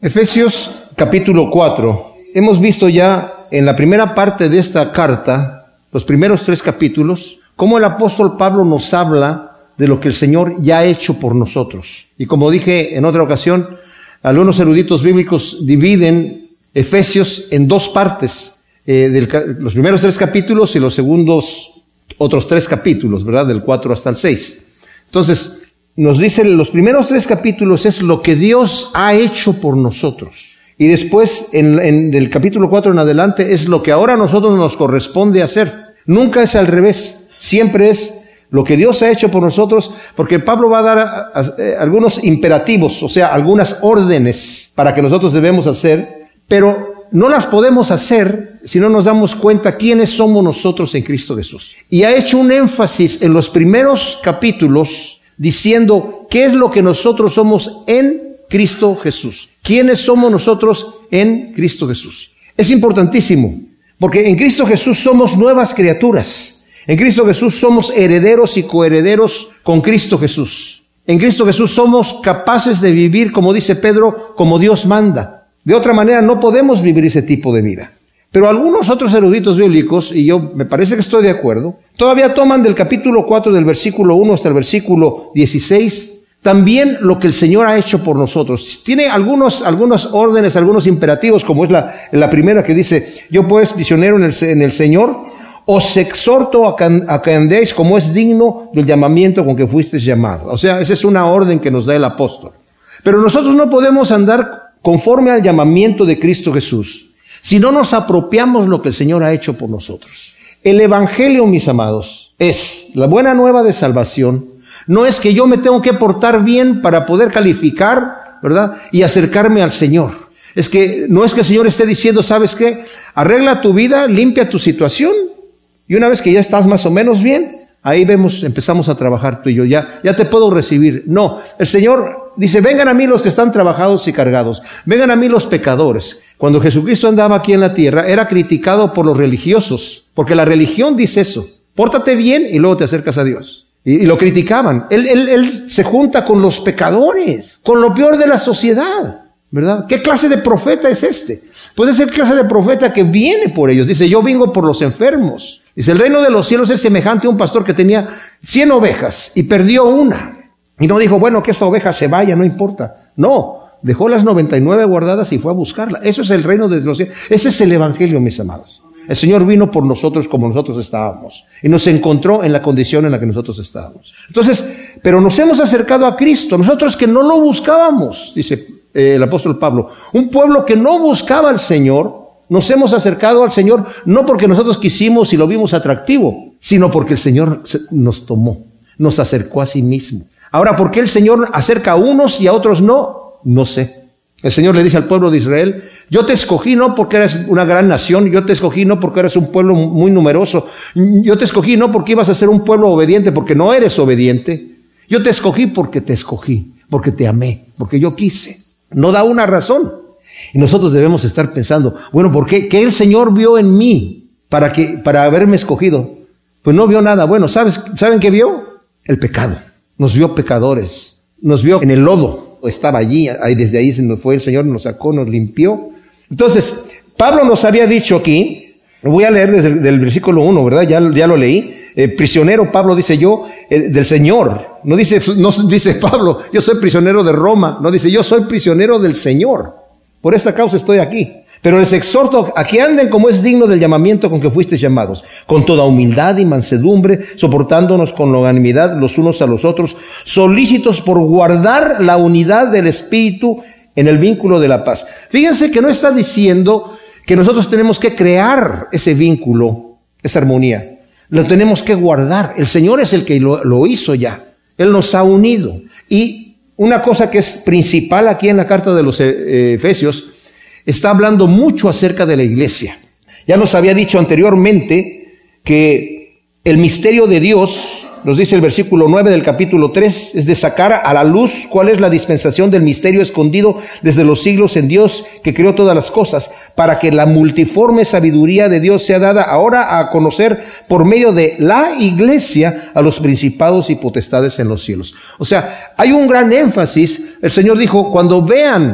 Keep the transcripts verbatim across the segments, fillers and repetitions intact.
Efesios capítulo cuatro. Hemos visto ya en la primera parte de esta carta, los primeros tres capítulos, cómo el apóstol Pablo nos habla de lo que el Señor ya ha hecho por nosotros. Y como dije en otra ocasión, algunos eruditos bíblicos dividen Efesios en dos partes, eh, del, los primeros tres capítulos y los segundos otros tres capítulos, ¿verdad? Del cuatro hasta el seis. Entonces, nos dicen los primeros tres capítulos es lo que Dios ha hecho por nosotros. Y después, en, en, del capítulo cuatro en adelante, es lo que ahora a nosotros nos corresponde hacer. Nunca es al revés. Siempre es lo que Dios ha hecho por nosotros, porque Pablo va a dar a, a, a, algunos imperativos, o sea, algunas órdenes para que nosotros debemos hacer, pero no las podemos hacer si no nos damos cuenta quiénes somos nosotros en Cristo Jesús. Y ha hecho un énfasis en los primeros capítulos diciendo qué es lo que nosotros somos en Cristo Jesús. ¿Quiénes somos nosotros en Cristo Jesús? Es importantísimo, porque en Cristo Jesús somos nuevas criaturas. En Cristo Jesús somos herederos y coherederos con Cristo Jesús. En Cristo Jesús somos capaces de vivir, como dice Pedro, como Dios manda. De otra manera no podemos vivir ese tipo de vida. Pero algunos otros eruditos bíblicos, y yo me parece que estoy de acuerdo, todavía toman del capítulo cuatro, del versículo uno hasta el versículo dieciséis, también lo que el Señor ha hecho por nosotros. Tiene algunos, algunas órdenes, algunos imperativos, como es la, la primera que dice, yo pues, prisionero en el, en el Señor, os exhorto a que, a que andéis como es digno del llamamiento con que fuisteis llamados. O sea, esa es una orden que nos da el apóstol. Pero nosotros no podemos andar conforme al llamamiento de Cristo Jesús si no nos apropiamos lo que el Señor ha hecho por nosotros. El evangelio, mis amados, es la buena nueva de salvación. No es que yo me tengo que portar bien para poder calificar, ¿verdad? Y acercarme al Señor. Es que no es que el Señor esté diciendo, ¿sabes qué? Arregla tu vida, limpia tu situación. Y una vez que ya estás más o menos bien, ahí vemos, empezamos a trabajar tú y yo. Ya, ya te puedo recibir. No, el Señor dice, vengan a mí los que están trabajados y cargados. Vengan a mí los pecadores. Cuando Jesucristo andaba aquí en la tierra, era criticado por los religiosos, porque la religión dice eso. Pórtate bien y luego te acercas a Dios. Y, y lo criticaban. Él, él, él se junta con los pecadores, con lo peor de la sociedad, ¿verdad? ¿Qué clase de profeta es este? Pues es el clase de profeta que viene por ellos. Dice, yo vengo por los enfermos. Dice, el reino de los cielos es semejante a un pastor que tenía cien ovejas y perdió una. Y no dijo, bueno, que esa oveja se vaya, no importa. No. Dejó las noventa y nueve guardadas y fue a buscarla. Eso es el reino de los cielos. Ese es el evangelio, mis amados. El Señor vino por nosotros como nosotros estábamos. Y nos encontró en la condición en la que nosotros estábamos. Entonces, pero nos hemos acercado a Cristo. Nosotros que no lo buscábamos, dice eh, el apóstol Pablo. Un pueblo que no buscaba al Señor, nos hemos acercado al Señor no porque nosotros quisimos y lo vimos atractivo, sino porque el Señor nos tomó, nos acercó a sí mismo. Ahora, ¿por qué el Señor acerca a unos y a otros no? No sé. El Señor le dice al pueblo de Israel, yo te escogí no porque eres una gran nación, yo te escogí no porque eres un pueblo muy numeroso, yo te escogí no porque ibas a ser un pueblo obediente, porque no eres obediente, yo te escogí porque te escogí, porque te amé, porque yo quise. No da una razón. Y nosotros debemos estar pensando, bueno, ¿por qué? ¿Qué el Señor vio en mí para, que, para haberme escogido? Pues no vio nada bueno. ¿Sabes, ¿Saben qué vio? El pecado. Nos vio pecadores, nos vio en el lodo. Estaba allí, ahí desde ahí se nos fue el Señor, nos sacó, nos limpió. Entonces, Pablo nos había dicho aquí, lo voy a leer desde el del versículo uno, ¿verdad? Ya, ya lo leí. Eh, prisionero, Pablo dice yo, eh, del Señor. No dice, no dice Pablo, yo soy prisionero de Roma. No dice, yo soy prisionero del Señor. Por esta causa estoy aquí. Pero les exhorto a que anden como es digno del llamamiento con que fuisteis llamados, con toda humildad y mansedumbre, soportándonos con longanimidad los unos a los otros, solícitos por guardar la unidad del Espíritu en el vínculo de la paz. Fíjense que no está diciendo que nosotros tenemos que crear ese vínculo, esa armonía. Lo tenemos que guardar. El Señor es el que lo, lo hizo ya. Él nos ha unido. Y una cosa que es principal aquí en la carta de los eh, Efesios, está hablando mucho acerca de la iglesia. Ya nos había dicho anteriormente que el misterio de Dios, nos dice el versículo nueve del capítulo tres, es de sacar a la luz cuál es la dispensación del misterio escondido desde los siglos en Dios que creó todas las cosas, para que la multiforme sabiduría de Dios sea dada ahora a conocer por medio de la iglesia a los principados y potestades en los cielos. O sea, hay un gran énfasis. El Señor dijo, cuando vean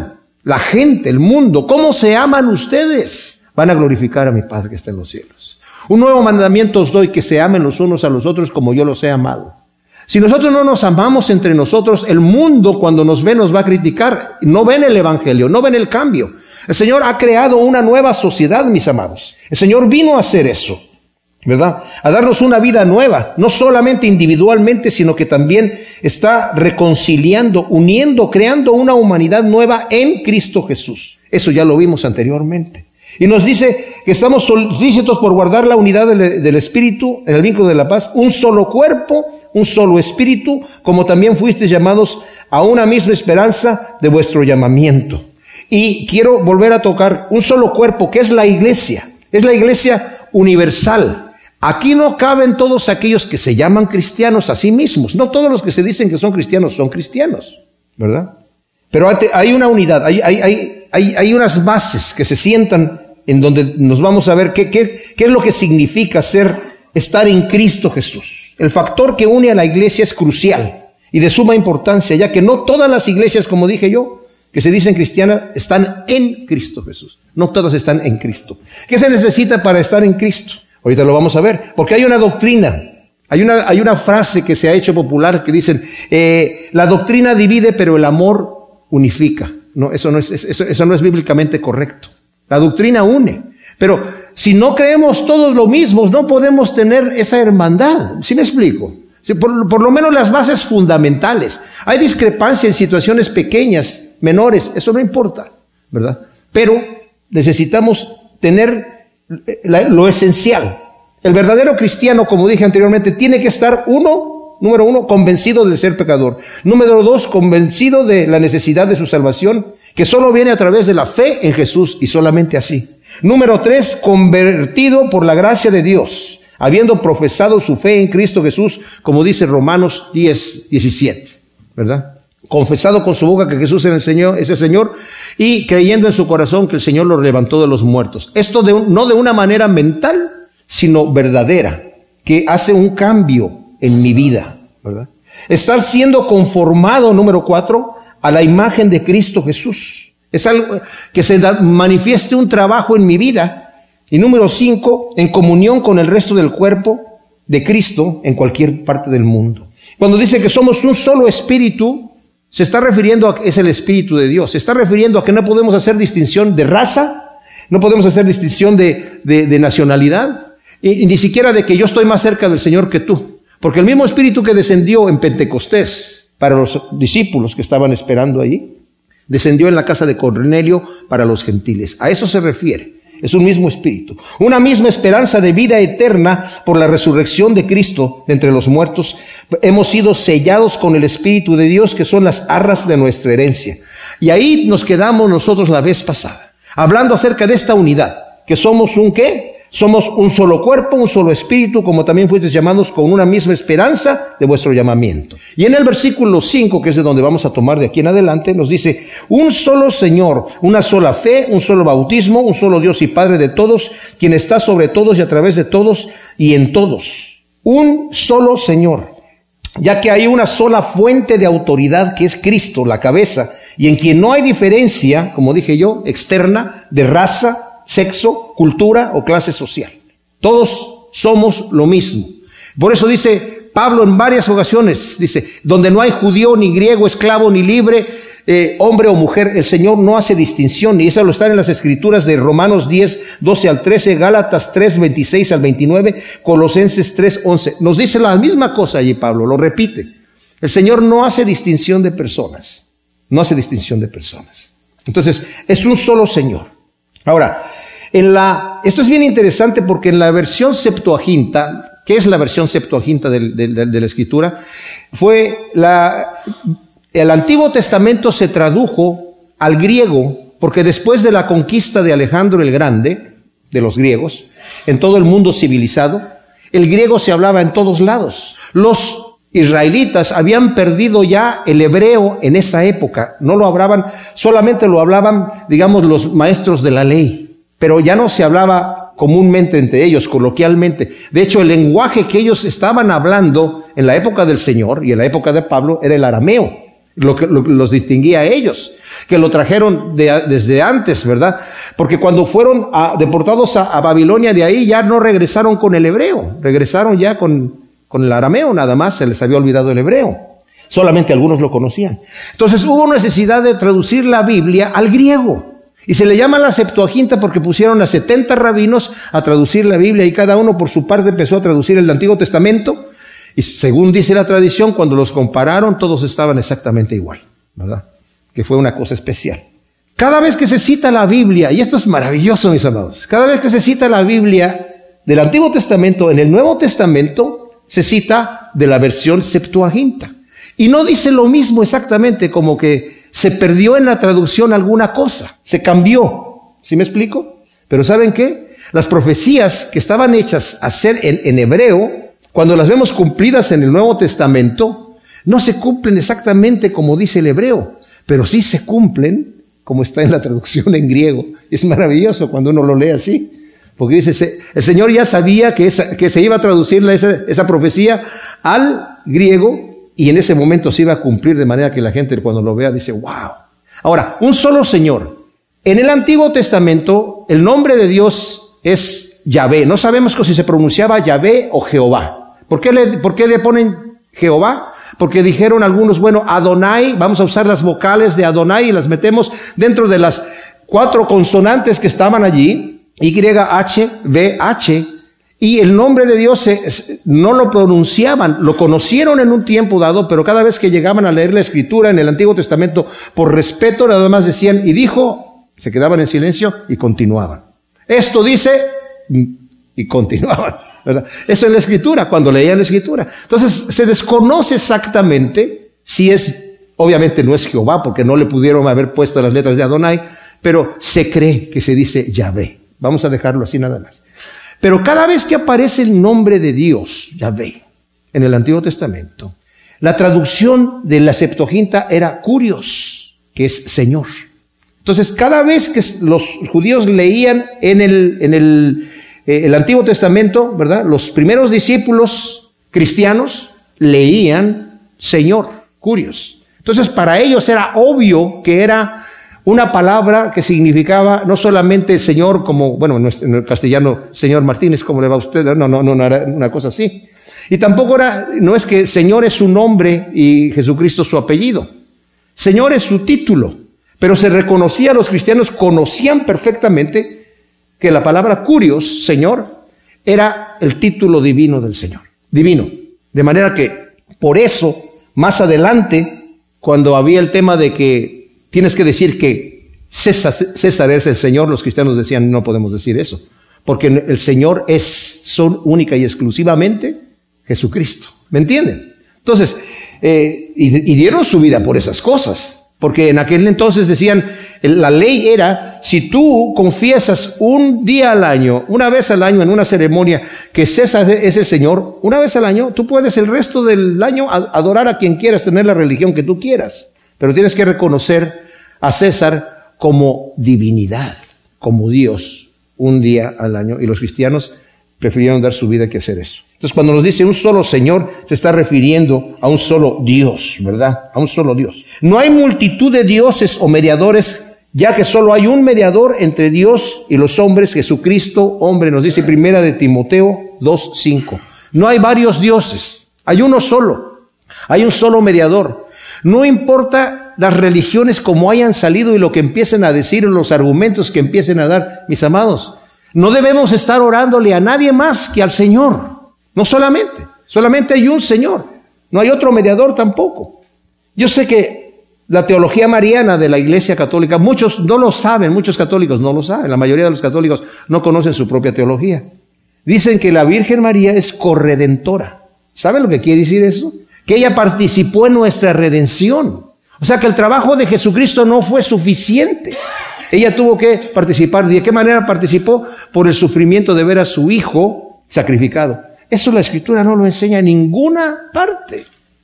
la gente, el mundo, cómo se aman ustedes, van a glorificar a mi Padre que está en los cielos. Un nuevo mandamiento os doy, que se amen los unos a los otros como yo los he amado. Si nosotros no nos amamos entre nosotros, el mundo cuando nos ve nos va a criticar. No ven el evangelio, no ven el cambio. El Señor ha creado una nueva sociedad, mis amados. El Señor vino a hacer eso, ¿verdad? A darnos una vida nueva, no solamente individualmente, sino que también está reconciliando, uniendo, creando una humanidad nueva en Cristo Jesús. Eso ya lo vimos anteriormente. Y nos dice que estamos solícitos por guardar la unidad del, del Espíritu, en el vínculo de la paz, un solo cuerpo, un solo Espíritu, como también fuisteis llamados a una misma esperanza de vuestro llamamiento. Y quiero volver a tocar un solo cuerpo, que es la iglesia, es la iglesia universal. Aquí no caben todos aquellos que se llaman cristianos a sí mismos. No todos los que se dicen que son cristianos son cristianos, ¿verdad? Pero hay una unidad, hay, hay, hay, hay, hay unas bases que se sientan en donde nos vamos a ver qué, qué, qué es lo que significa ser, estar en Cristo Jesús. El factor que une a la iglesia es crucial y de suma importancia, ya que no todas las iglesias, como dije yo, que se dicen cristianas, están en Cristo Jesús. No todas están en Cristo. ¿Qué se necesita para estar en Cristo? Ahorita lo vamos a ver, porque hay una doctrina, hay una, hay una frase que se ha hecho popular que dicen, eh, la doctrina divide, pero el amor unifica. No, eso no es, eso, eso no es bíblicamente correcto. La doctrina une, pero si no creemos todos lo mismo, no podemos tener esa hermandad. ¿Sí me explico? Sí, por, por lo menos las bases fundamentales. Hay discrepancia en situaciones pequeñas, menores, eso no importa, ¿verdad? Pero necesitamos tener la, lo esencial. El verdadero cristiano, como dije anteriormente, tiene que estar uno, número uno, convencido de ser pecador. Número dos, convencido de la necesidad de su salvación, que solo viene a través de la fe en Jesús y solamente así. Número tres, convertido por la gracia de Dios, habiendo profesado su fe en Cristo Jesús, como dice Romanos diez, diecisiete, ¿verdad? Confesado con su boca que Jesús es el Señor, es el Señor, y creyendo en su corazón que el Señor lo levantó de los muertos. Esto de un, no de una manera mental, sino verdadera, que hace un cambio en mi vida, ¿verdad? Estar siendo conformado, número cuatro, a la imagen de Cristo Jesús. Es algo que se da, manifieste un trabajo en mi vida. Y número cinco, en comunión con el resto del cuerpo de Cristo en cualquier parte del mundo. Cuando dice que somos un solo espíritu, se está refiriendo a que es el Espíritu de Dios. Se está refiriendo a que no podemos hacer distinción de raza, no podemos hacer distinción de, de, de nacionalidad, y, y ni siquiera de que yo estoy más cerca del Señor que tú. Porque el mismo Espíritu que descendió en Pentecostés para los discípulos que estaban esperando allí, descendió en la casa de Cornelio para los gentiles. A eso se refiere. Es un mismo espíritu. Una misma esperanza de vida eterna por la resurrección de Cristo de entre los muertos. Hemos sido sellados con el Espíritu de Dios, que son las arras de nuestra herencia. Y ahí nos quedamos nosotros la vez pasada, hablando acerca de esta unidad, que somos un ¿qué? Somos un solo cuerpo, un solo espíritu, como también fuisteis llamados con una misma esperanza de vuestro llamamiento. Y en el versículo cinco, que es de donde vamos a tomar de aquí en adelante, nos dice, un solo Señor, una sola fe, un solo bautismo, un solo Dios y Padre de todos, quien está sobre todos y a través de todos y en todos. Un solo Señor, ya que hay una sola fuente de autoridad, que es Cristo, la cabeza, y en quien no hay diferencia, como dije yo, externa, de raza, sexo, cultura o clase social. Todos somos lo mismo. Por eso dice Pablo en varias ocasiones, dice, donde no hay judío, ni griego, esclavo, ni libre, eh, hombre o mujer, el Señor no hace distinción. Y eso lo está en las Escrituras de Romanos diez, doce al trece, Gálatas tres, veintiséis al veintinueve, Colosenses tres, once. Nos dice la misma cosa allí Pablo, lo repite. El Señor no hace distinción de personas. No hace distinción de personas. Entonces, es un solo Señor. Ahora, en la, esto es bien interesante porque en la versión Septuaginta, ¿qué es la versión Septuaginta de, de, de, de la Escritura? Fue la, el Antiguo Testamento se tradujo al griego porque después de la conquista de Alejandro el Grande, de los griegos, en todo el mundo civilizado, el griego se hablaba en todos lados. Los israelitas habían perdido ya el hebreo en esa época, no lo hablaban, solamente lo hablaban, digamos, los maestros de la ley. Pero ya no se hablaba comúnmente entre ellos, coloquialmente. De hecho, el lenguaje que ellos estaban hablando en la época del Señor y en la época de Pablo era el arameo. lo que lo, los distinguía a ellos, que lo trajeron de, desde antes, ¿verdad? Porque cuando fueron a, deportados a, a Babilonia, de ahí ya no regresaron con el hebreo, regresaron ya con, con el arameo, nada más, se les había olvidado el hebreo. Solamente algunos lo conocían. Entonces hubo necesidad de traducir la Biblia al griego. Y se le llama la Septuaginta porque pusieron a setenta rabinos a traducir la Biblia y cada uno por su parte empezó a traducir el Antiguo Testamento. Y según dice la tradición, cuando los compararon, todos estaban exactamente igual, ¿verdad? Que fue una cosa especial. Cada vez que se cita la Biblia, y esto es maravilloso, mis amados, cada vez que se cita la Biblia del Antiguo Testamento en el Nuevo Testamento, se cita de la versión Septuaginta. Y no dice lo mismo exactamente, como que se perdió en la traducción alguna cosa, se cambió. ¿Sí me explico? Pero ¿saben qué? Las profecías que estaban hechas a ser en, en hebreo, cuando las vemos cumplidas en el Nuevo Testamento, no se cumplen exactamente como dice el hebreo, pero sí se cumplen como está en la traducción en griego. Es maravilloso cuando uno lo lee así, porque dice, el Señor ya sabía que, esa, que se iba a traducir esa, esa profecía al griego, y en ese momento se iba a cumplir de manera que la gente cuando lo vea dice, wow. Ahora, un solo Señor. En el Antiguo Testamento, el nombre de Dios es Yahvé. No sabemos si se pronunciaba Yahvé o Jehová. ¿Por qué le, por qué le ponen Jehová? Porque dijeron algunos, bueno, Adonai, vamos a usar las vocales de Adonai y las metemos dentro de las cuatro consonantes que estaban allí, Y, H, V, H, y el nombre de Dios se, no lo pronunciaban, lo conocieron en un tiempo dado, pero cada vez que llegaban a leer la Escritura en el Antiguo Testamento, por respeto nada más decían, y dijo, se quedaban en silencio y continuaban. Esto dice, y continuaban, ¿verdad? Eso es la Escritura, cuando leían la Escritura. Entonces, se desconoce exactamente si es, obviamente no es Jehová, porque no le pudieron haber puesto las letras de Adonai, pero se cree que se dice Yahvé. Vamos a dejarlo así nada más. Pero cada vez que aparece el nombre de Dios, Yahvé, en el Antiguo Testamento, la traducción de la Septuaginta era Kurios, que es Señor. Entonces, cada vez que los judíos leían en el, en el, eh, el Antiguo Testamento, ¿verdad? Los primeros discípulos cristianos leían Señor, Kurios. Entonces, para ellos era obvio que era una palabra que significaba no solamente Señor como, bueno, en el castellano, Señor Martínez, ¿cómo le va a usted? No, no, no, no era una cosa así. Y tampoco era, no es que Señor es su nombre y Jesucristo su apellido. Señor es su título. Pero se reconocía, los cristianos conocían perfectamente que la palabra Kurios, Señor, era el título divino del Señor. Divino. De manera que, por eso, más adelante, cuando había el tema de que tienes que decir que César, César es el Señor, los cristianos decían, no podemos decir eso, porque el Señor es son única y exclusivamente Jesucristo. ¿Me entienden? Entonces, eh, y, y dieron su vida por esas cosas, porque en aquel entonces decían, la ley era, si tú confiesas un día al año, una vez al año en una ceremonia, que César es el Señor, una vez al año, tú puedes el resto del año adorar a quien quieras, tener la religión que tú quieras. Pero tienes que reconocer a César como divinidad, como Dios, un día al año. Y los cristianos prefirieron dar su vida que hacer eso. Entonces, cuando nos dice un solo Señor, se está refiriendo a un solo Dios, ¿verdad? A un solo Dios. No hay multitud de dioses o mediadores, ya que solo hay un mediador entre Dios y los hombres, Jesucristo, hombre, nos dice primera de Timoteo dos, cinco. No hay varios dioses, hay uno solo, hay un solo mediador. No importa las religiones como hayan salido y lo que empiecen a decir o los argumentos que empiecen a dar, mis amados, no debemos estar orándole a nadie más que al Señor. No solamente, solamente hay un Señor, no hay otro mediador tampoco. Yo sé que la teología mariana de la Iglesia Católica, muchos no lo saben, muchos católicos no lo saben, la mayoría de los católicos no conocen su propia teología. Dicen que la Virgen María es corredentora. ¿Saben lo que quiere decir eso? Que ella participó en nuestra redención. O sea que el trabajo de Jesucristo no fue suficiente. Ella tuvo que participar. ¿De qué manera participó? Por el sufrimiento de ver a su Hijo sacrificado. Eso la Escritura no lo enseña en ninguna parte.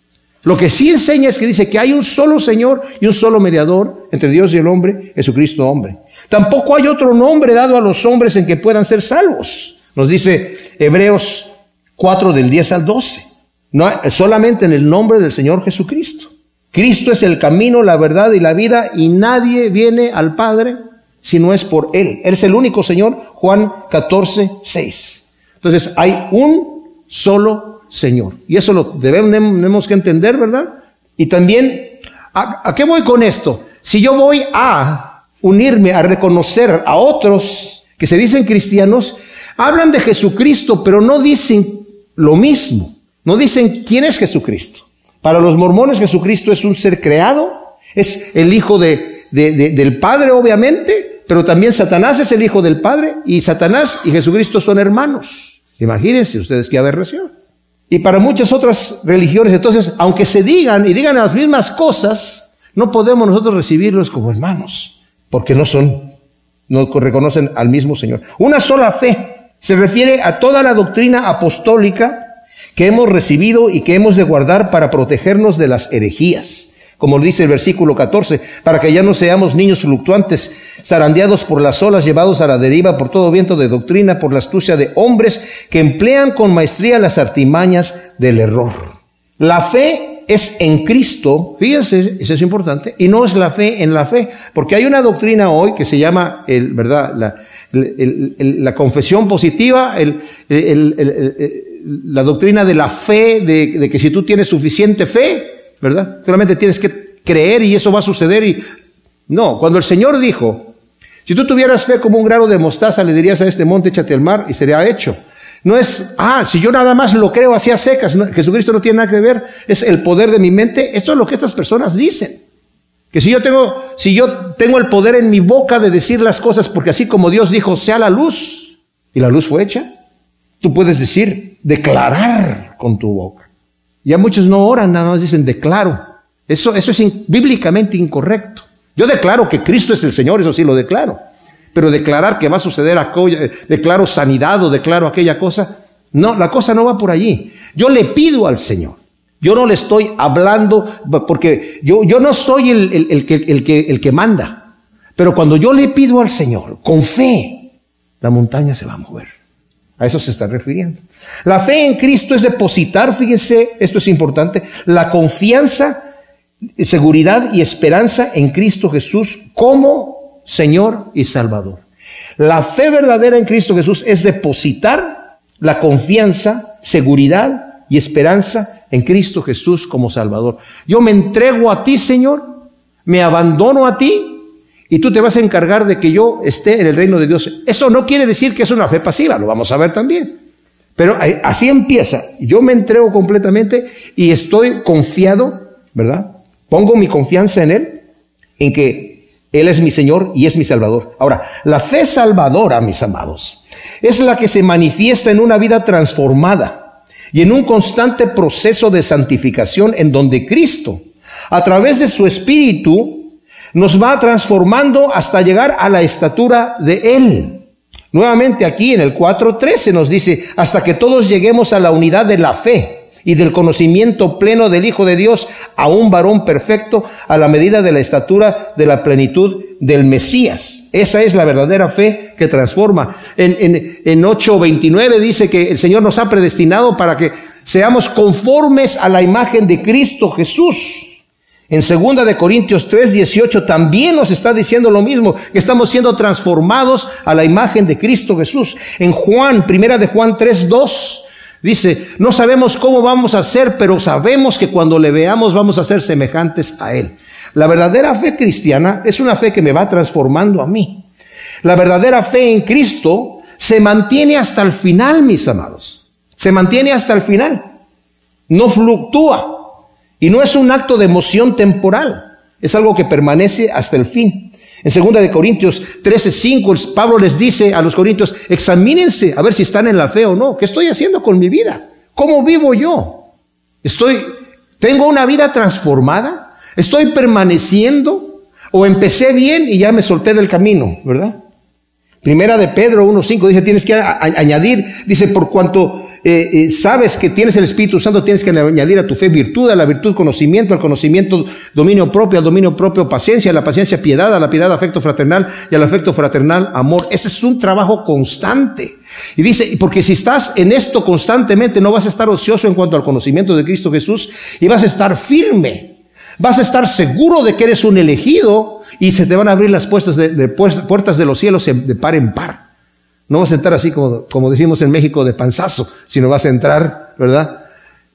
Lo que sí enseña es que dice que hay un solo Señor y un solo mediador entre Dios y el hombre, Jesucristo hombre. Tampoco hay otro nombre dado a los hombres en que puedan ser salvos. Nos dice Hebreos cuatro del diez al doce. No, solamente en el nombre del Señor Jesucristo. Cristo es el camino, la verdad y la vida, y nadie viene al Padre si no es por Él. Él es el único Señor, Juan catorce, seis. Entonces, hay un solo Señor. Y eso lo debemos, tenemos que entender, ¿verdad? Y también, ¿a, ¿a qué voy con esto? Si yo voy a unirme, a reconocer a otros que se dicen cristianos, hablan de Jesucristo, pero no dicen lo mismo. No dicen quién es Jesucristo. Para los mormones, Jesucristo es un ser creado, es el hijo de, de, de, del Padre, obviamente, pero también Satanás es el hijo del Padre, y Satanás y Jesucristo son hermanos. Imagínense ustedes qué aberración. Y para muchas otras religiones, entonces, aunque se digan y digan las mismas cosas, no podemos nosotros recibirlos como hermanos, porque no son, no reconocen al mismo Señor. Una sola fe se refiere a toda la doctrina apostólica que hemos recibido y que hemos de guardar para protegernos de las herejías. Como dice el versículo catorce, para que ya no seamos niños fluctuantes, zarandeados por las olas, llevados a la deriva por todo viento de doctrina, por la astucia de hombres que emplean con maestría las artimañas del error. La fe es en Cristo, fíjense, eso es importante, y no es la fe en la fe, porque hay una doctrina hoy que se llama, el, ¿verdad?, la, el, el, la confesión positiva, el, el, el, el, el la doctrina de la fe, de, de que si tú tienes suficiente fe, ¿verdad?, solamente tienes que creer y eso va a suceder. Y no, cuando el Señor dijo, si tú tuvieras fe como un grano de mostaza, le dirías a este monte, échate al mar, y sería hecho. No es, ah, si yo nada más lo creo así a secas, no, Jesucristo no tiene nada que ver, es el poder de mi mente. Esto es lo que estas personas dicen. Que si yo tengo, si yo tengo el poder en mi boca de decir las cosas, porque así como Dios dijo, sea la luz, y la luz fue hecha, tú puedes decir, declarar con tu boca. Ya muchos no oran, nada más dicen declaro. Eso, eso es in, bíblicamente incorrecto. Yo declaro que Cristo es el Señor, eso sí lo declaro. Pero declarar que va a suceder aquello, declaro sanidad o declaro aquella cosa, no, la cosa no va por allí. Yo le pido al Señor. Yo no le estoy hablando, porque yo, yo no soy el, el, el, que, el, que, el que manda. Pero cuando yo le pido al Señor, con fe, la montaña se va a mover. A eso se está refiriendo. La fe en Cristo es depositar, fíjese, esto es importante, la confianza, seguridad y esperanza en Cristo Jesús como Señor y Salvador. La fe verdadera en Cristo Jesús es depositar la confianza, seguridad y esperanza en Cristo Jesús como Salvador. Yo me entrego a ti, Señor, me abandono a ti, y tú te vas a encargar de que yo esté en el reino de Dios. Eso no quiere decir que es una fe pasiva, lo vamos a ver también. Pero así empieza. Yo me entrego completamente y estoy confiado, ¿verdad? Pongo mi confianza en Él, en que Él es mi Señor y es mi Salvador. Ahora, la fe salvadora, mis amados, es la que se manifiesta en una vida transformada y en un constante proceso de santificación en donde Cristo, a través de su Espíritu, nos va transformando hasta llegar a la estatura de Él. Nuevamente aquí en el cuatro trece nos dice, hasta que todos lleguemos a la unidad de la fe y del conocimiento pleno del Hijo de Dios, a un varón perfecto, a la medida de la estatura de la plenitud del Mesías. Esa es la verdadera fe que transforma. En, en, en ocho veintinueve dice que el Señor nos ha predestinado para que seamos conformes a la imagen de Cristo Jesús. En segunda de Corintios tres dieciocho también nos está diciendo lo mismo, que estamos siendo transformados a la imagen de Cristo Jesús. En Juan, primera de Juan tres dos, dice, no sabemos cómo vamos a ser, pero sabemos que cuando le veamos vamos a ser semejantes a Él. La verdadera fe cristiana es una fe que me va transformando a mí. La verdadera fe en Cristo se mantiene hasta el final, mis amados. Se mantiene hasta el final. No fluctúa. Y no es un acto de emoción temporal, es algo que permanece hasta el fin. En segunda de Corintios trece cinco, Pablo les dice a los corintios, examínense a ver si están en la fe o no. ¿Qué estoy haciendo con mi vida? ¿Cómo vivo yo? Estoy, ¿tengo una vida transformada? ¿Estoy permaneciendo? ¿O empecé bien y ya me solté del camino? ¿Verdad? Primera de Pedro uno cinco dice, tienes que a, a, añadir, dice, por cuanto... Eh, eh, sabes que tienes el Espíritu Santo, tienes que añadir a tu fe virtud, a la virtud conocimiento, al conocimiento dominio propio, al dominio propio paciencia, a la paciencia piedad, a la piedad afecto fraternal y al afecto fraternal amor. Ese es un trabajo constante. Y dice, porque si estás en esto constantemente, no vas a estar ocioso en cuanto al conocimiento de Cristo Jesús y vas a estar firme. Vas a estar seguro de que eres un elegido y se te van a abrir las puertas de, de, puertas de los cielos de par en par. No vas a entrar así como, como decimos en México de panzazo, sino vas a entrar, ¿verdad?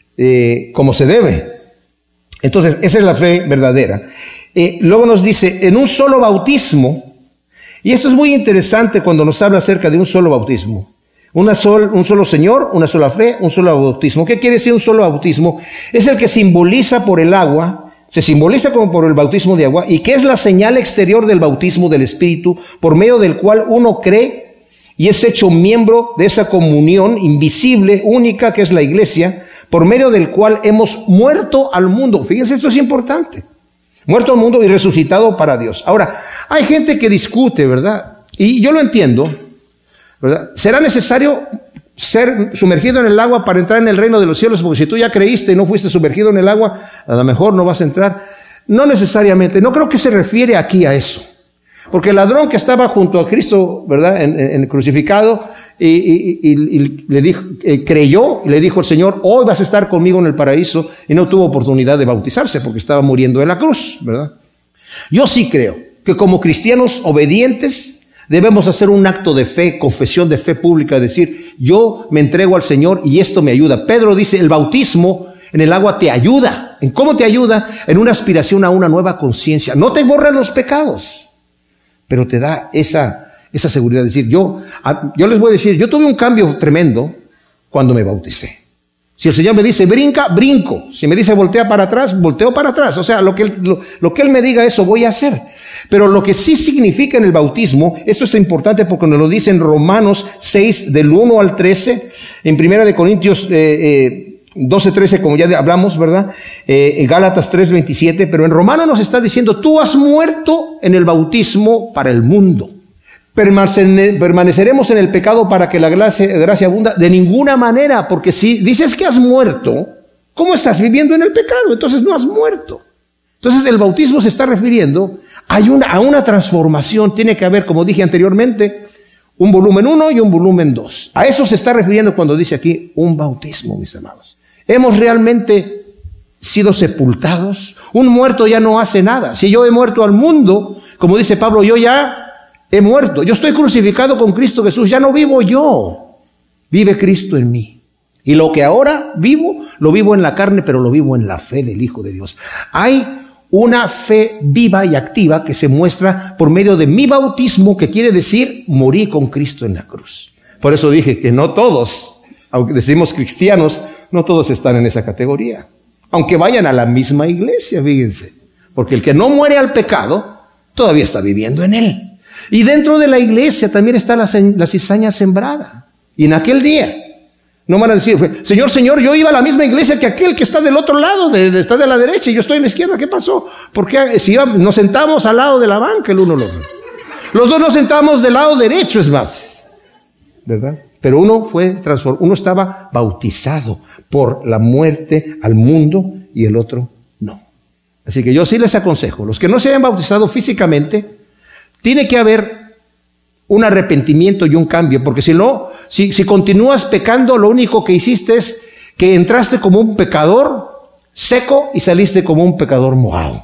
Eh, como se debe. Entonces, esa es la fe verdadera. Eh, luego nos dice, en un solo bautismo, y esto es muy interesante cuando nos habla acerca de un solo bautismo. Una sol, un solo Señor, una sola fe, un solo bautismo. ¿Qué quiere decir un solo bautismo? Es el que simboliza por el agua, se simboliza como por el bautismo de agua, y que es la señal exterior del bautismo del Espíritu, por medio del cual uno cree y es hecho miembro de esa comunión invisible, única, que es la iglesia, por medio del cual hemos muerto al mundo. Fíjense, esto es importante. Muerto al mundo y resucitado para Dios. Ahora, hay gente que discute, ¿verdad? Y yo lo entiendo, ¿verdad? ¿Será necesario ser sumergido en el agua para entrar en el reino de los cielos? Porque si tú ya creíste y no fuiste sumergido en el agua, a lo mejor no vas a entrar. No necesariamente. No creo que se refiere aquí a eso. Porque el ladrón que estaba junto a Cristo, ¿verdad?, en, en, en crucificado, y, y, y, y le dijo, eh, creyó, y le dijo el Señor, hoy vas a estar conmigo en el paraíso, y no tuvo oportunidad de bautizarse porque estaba muriendo en la cruz, ¿verdad? Yo sí creo que como cristianos obedientes debemos hacer un acto de fe, confesión de fe pública, decir, yo me entrego al Señor y esto me ayuda. Pedro dice, el bautismo en el agua te ayuda. ¿En cómo te ayuda? En una aspiración a una nueva conciencia. No te borran los pecados, pero te da esa, esa seguridad de decir, yo, yo les voy a decir, yo tuve un cambio tremendo cuando me bauticé. Si el Señor me dice, brinca, brinco. Si me dice, voltea para atrás, volteo para atrás. O sea, lo que, él, lo, lo que Él me diga, eso voy a hacer. Pero lo que sí significa en el bautismo, esto es importante porque nos lo dice en Romanos seis, del uno al trece, en Primera de Corintios eh, eh, doce, trece, como ya hablamos, ¿verdad? Eh, en Gálatas tres, veintisiete, pero en Romanos nos está diciendo, tú has muerto en el bautismo para el mundo. Permaneceremos en el pecado para que la gracia, gracia abunda. De ninguna manera, porque si dices que has muerto, ¿cómo estás viviendo en el pecado? Entonces no has muerto. Entonces el bautismo se está refiriendo a una, a una transformación. Tiene que haber, como dije anteriormente, un volumen uno y un volumen dos. A eso se está refiriendo cuando dice aquí un bautismo, mis amados. Hemos realmente sido sepultados. Un muerto ya no hace nada. Si yo he muerto al mundo, como dice Pablo, yo ya he muerto. Yo estoy crucificado con Cristo Jesús. Ya no vivo yo. Vive Cristo en mí. Y lo que ahora vivo, lo vivo en la carne, pero lo vivo en la fe del Hijo de Dios. Hay una fe viva y activa que se muestra por medio de mi bautismo, que quiere decir morí con Cristo en la cruz. Por eso dije que no todos, aunque decimos cristianos, no todos están en esa categoría. Aunque vayan a la misma iglesia, fíjense. Porque el que no muere al pecado, todavía está viviendo en él. Y dentro de la iglesia también está la, la cizaña sembrada. Y en aquel día, no van a decir, Señor, Señor, yo iba a la misma iglesia que aquel que está del otro lado, de, de, está de la derecha y yo estoy en la izquierda. ¿Qué pasó? Porque si iba, nos sentamos al lado de la banca el uno el otro. Los dos nos sentamos del lado derecho, es más. ¿Verdad? Pero uno fue transformado, uno estaba bautizado por la muerte al mundo y el otro no. Así que yo sí les aconsejo, los que no se hayan bautizado físicamente, tiene que haber un arrepentimiento y un cambio, porque si no, si, si continúas pecando, lo único que hiciste es que entraste como un pecador seco y saliste como un pecador mojado.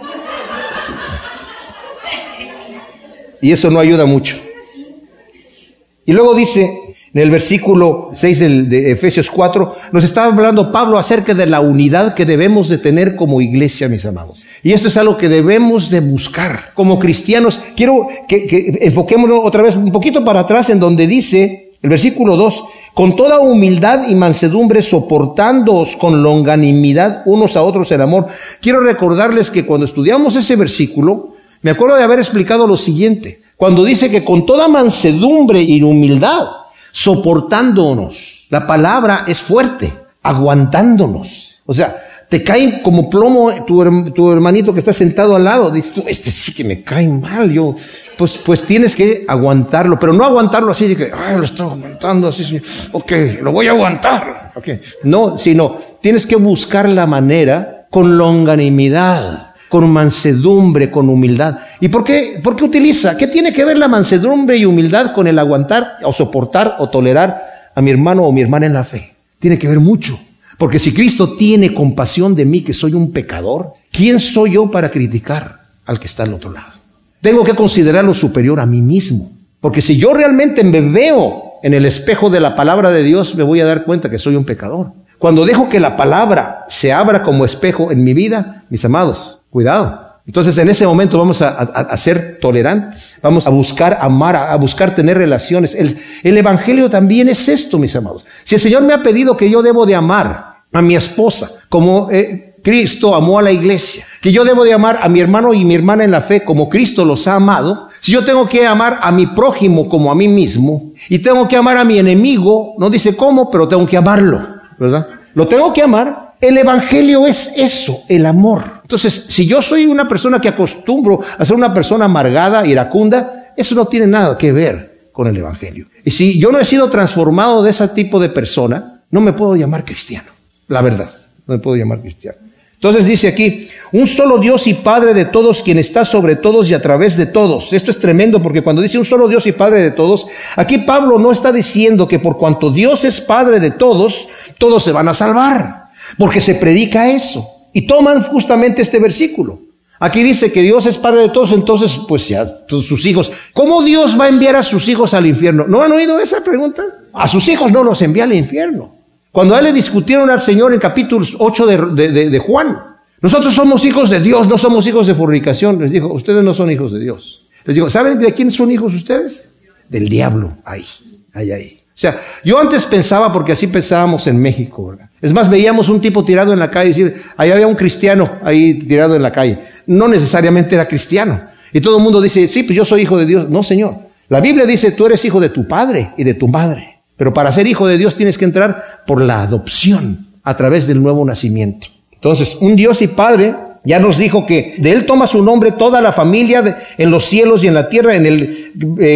Y eso no ayuda mucho. Y luego dice, en el versículo seis de Efesios cuatro, nos está hablando Pablo acerca de la unidad que debemos de tener como iglesia, mis amados. Y esto es algo que debemos de buscar como cristianos. Quiero que, que enfoquémonos otra vez un poquito para atrás en donde dice, el versículo dos, con toda humildad y mansedumbre, soportándoos con longanimidad unos a otros en amor. Quiero recordarles que cuando estudiamos ese versículo, me acuerdo de haber explicado lo siguiente. Cuando dice que con toda mansedumbre y humildad, soportándonos. La palabra es fuerte, aguantándonos. O sea, te cae como plomo tu, tu hermanito que está sentado al lado. Dices tú, este sí que me cae mal. Yo, pues, pues tienes que aguantarlo, pero no aguantarlo así de que, ay, lo estoy aguantando así, sí. Ok, lo voy a aguantar. Okay. No, sino tienes que buscar la manera con longanimidad, con mansedumbre, con humildad. ¿Y por qué? ¿Por qué utiliza? ¿Qué tiene que ver la mansedumbre y humildad con el aguantar o soportar o tolerar a mi hermano o mi hermana en la fe? Tiene que ver mucho. Porque si Cristo tiene compasión de mí, que soy un pecador, ¿quién soy yo para criticar al que está al otro lado? Tengo que considerarlo superior a mí mismo. Porque si yo realmente me veo en el espejo de la palabra de Dios, me voy a dar cuenta que soy un pecador. Cuando dejo que la palabra se abra como espejo en mi vida, mis amados, cuidado. Entonces en ese momento vamos a, a, a ser tolerantes, vamos a buscar amar, a, a buscar tener relaciones. El, el evangelio también es esto, mis amados. Si el Señor me ha pedido que yo debo de amar a mi esposa como eh, Cristo amó a la iglesia, que yo debo de amar a mi hermano y mi hermana en la fe como Cristo los ha amado, si yo tengo que amar a mi prójimo como a mí mismo, y tengo que amar a mi enemigo, no dice cómo, pero tengo que amarlo, ¿verdad? Lo tengo que amar. El evangelio es eso, el amor. Entonces, si yo soy una persona que acostumbro a ser una persona amargada, iracunda, eso no tiene nada que ver con el evangelio. Y si yo no he sido transformado de ese tipo de persona, no me puedo llamar cristiano. La verdad, no me puedo llamar cristiano. Entonces dice aquí, un solo Dios y Padre de todos, quien está sobre todos y a través de todos. Esto es tremendo porque cuando dice un solo Dios y Padre de todos, aquí Pablo no está diciendo que por cuanto Dios es Padre de todos, todos se van a salvar. Porque se predica eso. Y toman justamente este versículo. Aquí dice que Dios es Padre de todos, entonces pues ya, sus hijos. ¿Cómo Dios va a enviar a sus hijos al infierno? ¿No han oído esa pregunta? A sus hijos no los envía al infierno. Cuando a él le discutieron al Señor en capítulo ocho de, de, de, de Juan, nosotros somos hijos de Dios, no somos hijos de fornicación. Les dijo, ustedes no son hijos de Dios. Les digo, ¿saben de quién son hijos ustedes? Del diablo. Ahí, ahí, ahí. O sea, yo antes pensaba, porque así pensábamos en México, ¿verdad? Es más, veíamos un tipo tirado en la calle y decir, ahí había un cristiano ahí tirado en la calle. No necesariamente era cristiano. Y todo el mundo dice, sí, pues yo soy hijo de Dios. No, Señor. La Biblia dice, tú eres hijo de tu padre y de tu madre. Pero para ser hijo de Dios tienes que entrar por la adopción, a través del nuevo nacimiento. Entonces, un Dios y Padre ya nos dijo que de Él toma su nombre toda la familia de, en los cielos y en la tierra, en el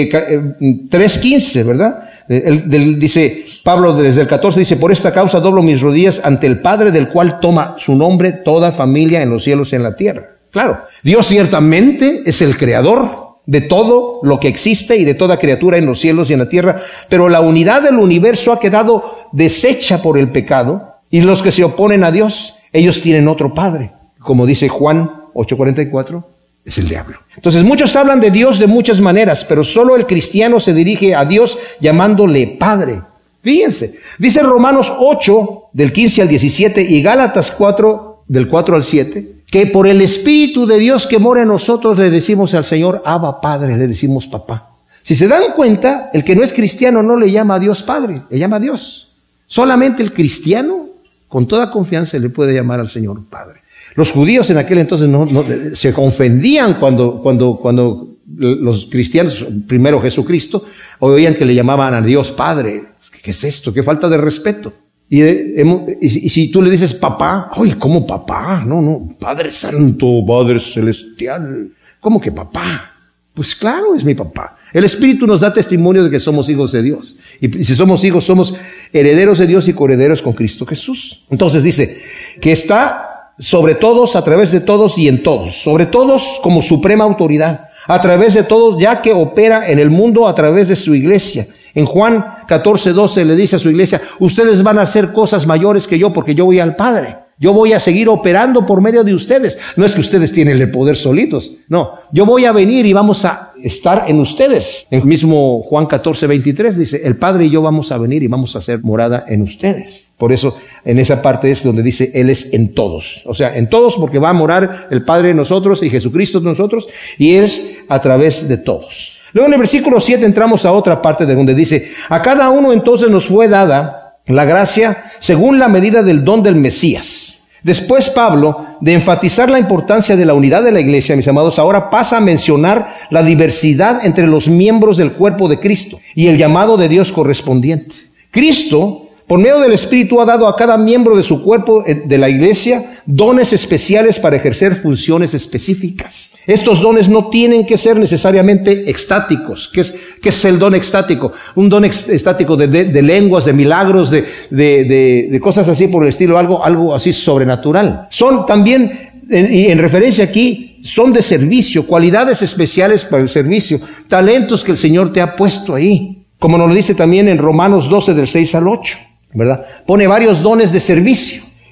eh, tres quince, ¿verdad? El, del, dice Pablo desde el catorce, dice, por esta causa doblo mis rodillas ante el Padre, del cual toma su nombre toda familia en los cielos y en la tierra. Claro, Dios ciertamente es el creador de todo lo que existe y de toda criatura en los cielos y en la tierra, pero la unidad del universo ha quedado deshecha por el pecado, y los que se oponen a Dios, ellos tienen otro Padre, como dice Juan ocho cuarenta y cuatro, es el diablo. Entonces muchos hablan de Dios de muchas maneras, pero solo el cristiano se dirige a Dios llamándole Padre. Fíjense, dice Romanos ocho, del quince al diecisiete, y Gálatas cuatro, del cuatro al siete, que por el Espíritu de Dios que mora en nosotros le decimos al Señor, Abba Padre, le decimos papá. Si se dan cuenta, el que no es cristiano no le llama a Dios Padre, le llama a Dios. Solamente el cristiano, con toda confianza, le puede llamar al Señor Padre. Los judíos en aquel entonces no, no, se ofendían cuando, cuando, cuando los cristianos, primero Jesucristo, oían que le llamaban a Dios Padre. ¿Qué es esto? ¿Qué falta de respeto? Y, y, y si tú le dices papá, oye, ¿cómo papá? No, no, Padre Santo, Padre Celestial. ¿Cómo que papá? Pues claro, es mi papá. El Espíritu nos da testimonio de que somos hijos de Dios. Y si somos hijos, somos herederos de Dios y coherederos con Cristo Jesús. Entonces dice que está sobre todos, a través de todos y en todos. Sobre todos como suprema autoridad. A través de todos, ya que opera en el mundo a través de su iglesia. En Juan catorce doce le dice a su iglesia, ustedes van a hacer cosas mayores que yo porque yo voy al Padre. Yo voy a seguir operando por medio de ustedes. No es que ustedes tienen el poder solitos. No, yo voy a venir y vamos a estar en ustedes. En el mismo Juan catorce veintitrés dice, el Padre y yo vamos a venir y vamos a hacer morada en ustedes. Por eso en esa parte es donde dice, Él es en todos. O sea, en todos porque va a morar el Padre en nosotros y Jesucristo en nosotros y Él es a través de todos. Luego en el versículo siete entramos a otra parte de donde dice, a cada uno entonces nos fue dada la gracia según la medida del don del Mesías. Después Pablo, de enfatizar la importancia de la unidad de la iglesia, mis amados, ahora pasa a mencionar la diversidad entre los miembros del cuerpo de Cristo y el llamado de Dios correspondiente. Cristo, por medio del Espíritu, ha dado a cada miembro de su cuerpo de la iglesia dones especiales para ejercer funciones específicas. Estos dones no tienen que ser necesariamente extáticos. ¿Qué es, qué es el don extático? Un don ex, estático de, de, de lenguas, de milagros, de, de, de, de cosas así por el estilo, algo, algo así sobrenatural. Son también, en, en referencia aquí, son de servicio, cualidades especiales para el servicio, talentos que el Señor te ha puesto ahí. Como nos lo dice también en Romanos doce del seis al ocho, ¿verdad? Pone varios dones de servicio.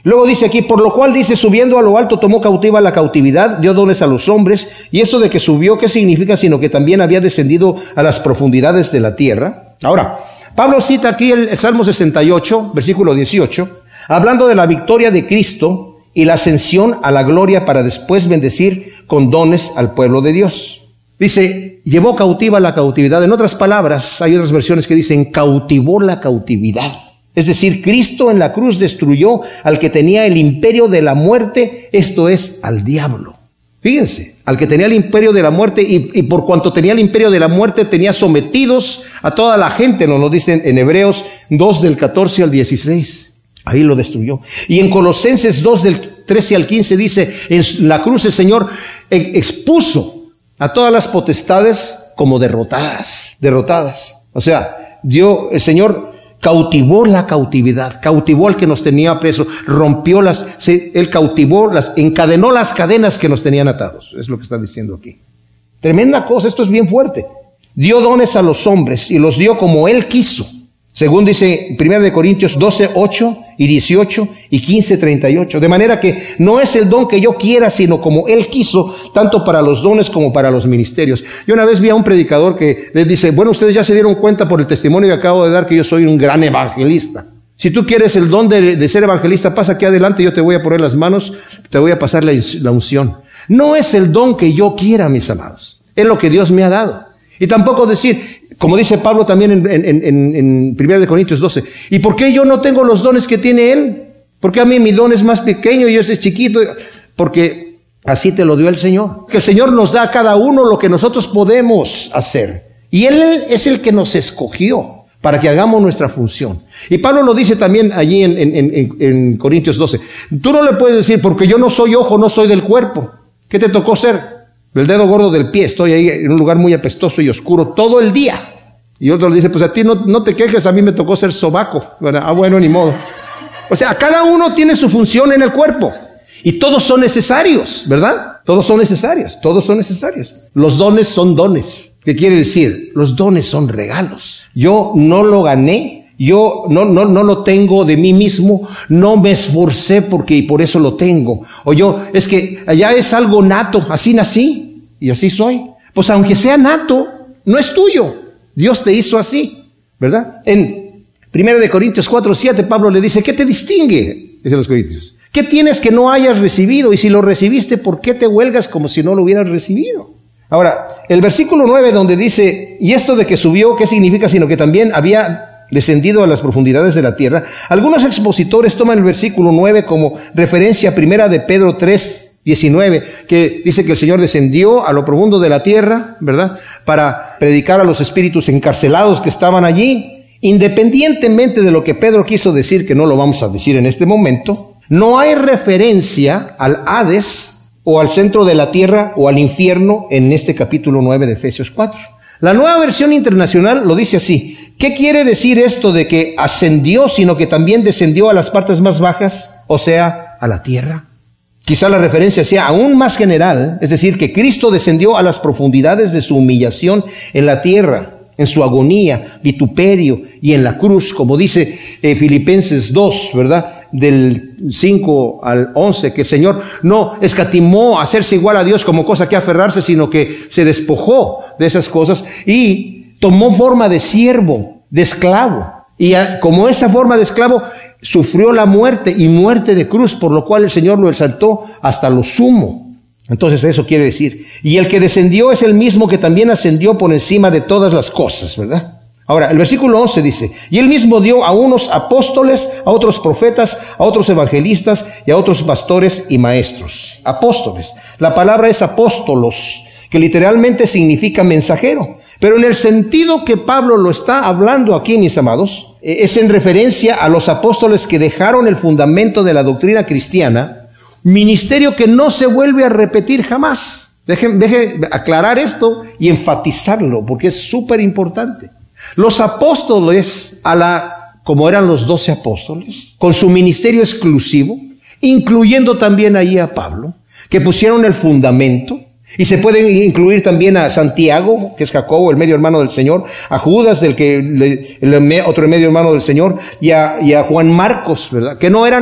Luego dice aquí, por lo cual dice, subiendo a lo alto tomó cautiva la cautividad, dio dones a los hombres. Y esto de que subió, ¿qué significa? Sino que también había descendido a las profundidades de la tierra. Ahora, Pablo cita aquí el, el Salmo sesenta y ocho, versículo dieciocho, hablando de la victoria de Cristo y la ascensión a la gloria para después bendecir con dones al pueblo de Dios. Dice, llevó cautiva la cautividad. En otras palabras, hay otras versiones que dicen, cautivó la cautividad. Es decir, Cristo en la cruz destruyó al que tenía el imperio de la muerte, esto es, al diablo. Fíjense, al que tenía el imperio de la muerte y, y por cuanto tenía el imperio de la muerte, tenía sometidos a toda la gente, nos lo dicen en Hebreos dos del catorce al dieciséis. Ahí lo destruyó. Y en Colosenses dos del trece al quince dice, en la cruz el Señor expuso a todas las potestades como derrotadas, derrotadas. O sea, dio, el Señor cautivó la cautividad, cautivó al que nos tenía preso, rompió las, se, él cautivó las, encadenó las cadenas que nos tenían atados. Es lo que está diciendo aquí. Tremenda cosa, esto es bien fuerte. Dio dones a los hombres y los dio como él quiso. Según dice primera de Corintios doce, ocho y dieciocho y quince, treinta y ocho. De manera que no es el don que yo quiera, sino como él quiso, tanto para los dones como para los ministerios. Yo una vez vi a un predicador que le dice, bueno, ustedes ya se dieron cuenta por el testimonio que acabo de dar que yo soy un gran evangelista. Si tú quieres el don de, de ser evangelista, pasa aquí adelante, yo te voy a poner las manos, te voy a pasar la, la unción. No es el don que yo quiera, mis amados. Es lo que Dios me ha dado. Y tampoco decir, como dice Pablo también en, en, en, en primera de Corintios doce, ¿y por qué yo no tengo los dones que tiene él? ¿Por qué a mí mi don es más pequeño y yo soy chiquito? Porque así te lo dio el Señor. Que el Señor nos da a cada uno lo que nosotros podemos hacer. Y Él es el que nos escogió para que hagamos nuestra función. Y Pablo lo dice también allí en, en, en, en Corintios doce. Tú no le puedes decir, porque yo no soy ojo, no soy del cuerpo. ¿Qué te tocó ser? El dedo gordo del pie, estoy ahí en un lugar muy apestoso y oscuro todo el día. Y otro le dice, pues a ti no, no te quejes, a mí me tocó ser sobaco, ¿verdad? Ah, bueno, ni modo. O sea, cada uno tiene su función en el cuerpo. Y todos son necesarios, ¿verdad? Todos son necesarios, todos son necesarios. Los dones son dones. ¿Qué quiere decir? Los dones son regalos. Yo no lo gané. Yo no, no, no lo tengo de mí mismo, no me esforcé porque y por eso lo tengo. O yo, es que allá es algo nato, así nací y así soy. Pues aunque sea nato, no es tuyo. Dios te hizo así, ¿verdad? En primera de Corintios cuatro, siete, Pablo le dice, ¿qué te distingue? Dice los Corintios. ¿Qué tienes que no hayas recibido? Y si lo recibiste, ¿por qué te huelgas como si no lo hubieras recibido? Ahora, el versículo nueve donde dice, y esto de que subió, ¿qué significa? Sino que también había descendido a las profundidades de la tierra. Algunos expositores toman el versículo nueve como referencia a primera de Pedro tres, diecinueve, que dice que el Señor descendió a lo profundo de la tierra, ¿verdad? Para predicar a los espíritus encarcelados que estaban allí. Independientemente de lo que Pedro quiso decir, que no lo vamos a decir en este momento, no hay referencia al Hades o al centro de la tierra o al infierno en este capítulo nueve de Efesios cuatro. La Nueva Versión Internacional lo dice así. ¿Qué quiere decir esto de que ascendió, sino que también descendió a las partes más bajas, o sea, a la tierra? Quizá la referencia sea aún más general, es decir, que Cristo descendió a las profundidades de su humillación en la tierra, en su agonía, vituperio y en la cruz, como dice eh, Filipenses dos, ¿verdad? Del cinco al once, que el Señor no escatimó a hacerse igual a Dios como cosa que aferrarse, sino que se despojó de esas cosas y tomó forma de siervo, de esclavo. Y a, como esa forma de esclavo, sufrió la muerte y muerte de cruz, por lo cual el Señor lo exaltó hasta lo sumo. Entonces eso quiere decir, y el que descendió es el mismo que también ascendió por encima de todas las cosas, ¿verdad? Ahora, el versículo once dice, y él mismo dio a unos apóstoles, a otros profetas, a otros evangelistas y a otros pastores y maestros. Apóstoles. La palabra es apóstolos, que literalmente significa mensajero. Pero en el sentido que Pablo lo está hablando aquí, mis amados, es en referencia a los apóstoles que dejaron el fundamento de la doctrina cristiana, ministerio que no se vuelve a repetir jamás. Deje, deje aclarar esto y enfatizarlo, porque es súper importante. Los apóstoles, a la, como eran los doce apóstoles, con su ministerio exclusivo, incluyendo también ahí a Pablo, que pusieron el fundamento, y se pueden incluir también a Santiago, que es Jacobo, el medio hermano del Señor, a Judas, del que, el, el otro medio hermano del Señor, y a, y a Juan Marcos, ¿verdad? Que no eran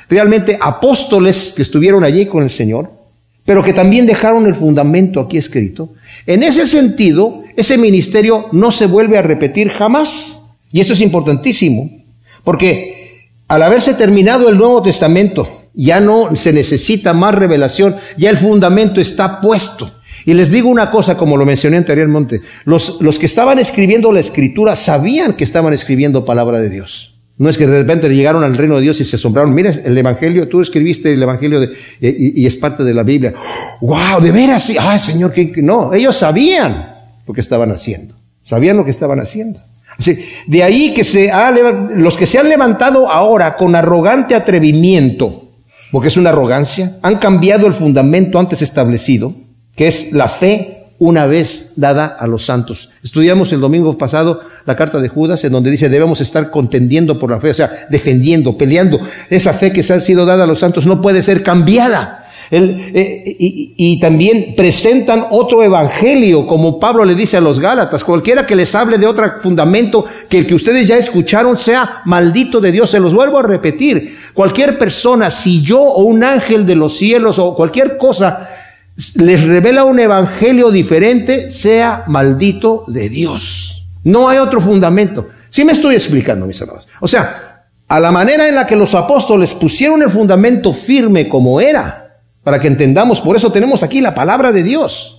realmente apóstoles que estuvieron allí con el Señor, pero que también dejaron el fundamento aquí escrito. En ese sentido, ese ministerio no se vuelve a repetir jamás. Y esto es importantísimo, porque al haberse terminado el Nuevo Testamento, ya no se necesita más revelación, ya el fundamento está puesto. Y les digo una cosa, como lo mencioné anteriormente, los, los que estaban escribiendo la Escritura sabían que estaban escribiendo palabra de Dios. No es que de repente llegaron al reino de Dios y se asombraron. Mira, el Evangelio, tú escribiste el Evangelio de, y, y es parte de la Biblia. ¡Wow! ¿De veras? Sí. ¡Ay, Señor! ¿qué, qué? No, ellos sabían lo que estaban haciendo. Sabían lo que estaban haciendo. Así, de ahí que se ha, los que se han levantado ahora con arrogante atrevimiento, porque es una arrogancia, han cambiado el fundamento antes establecido, que es la fe una vez dada a los santos. Estudiamos el domingo pasado la carta de Judas, en donde dice debemos estar contendiendo por la fe, o sea, defendiendo, peleando. Esa fe que se ha sido dada a los santos no puede ser cambiada. El, eh, y, y también presentan otro evangelio, como Pablo le dice a los Gálatas: cualquiera que les hable de otro fundamento que el que ustedes ya escucharon, sea maldito de Dios. Se los vuelvo a repetir: cualquier persona, si yo o un ángel de los cielos o cualquier cosa les revela un evangelio diferente, sea maldito de Dios. No hay otro fundamento. ¿Sí me estoy explicando, mis hermanos? O sea, a la manera en la que los apóstoles pusieron el fundamento firme como era, para que entendamos, por eso tenemos aquí la palabra de Dios.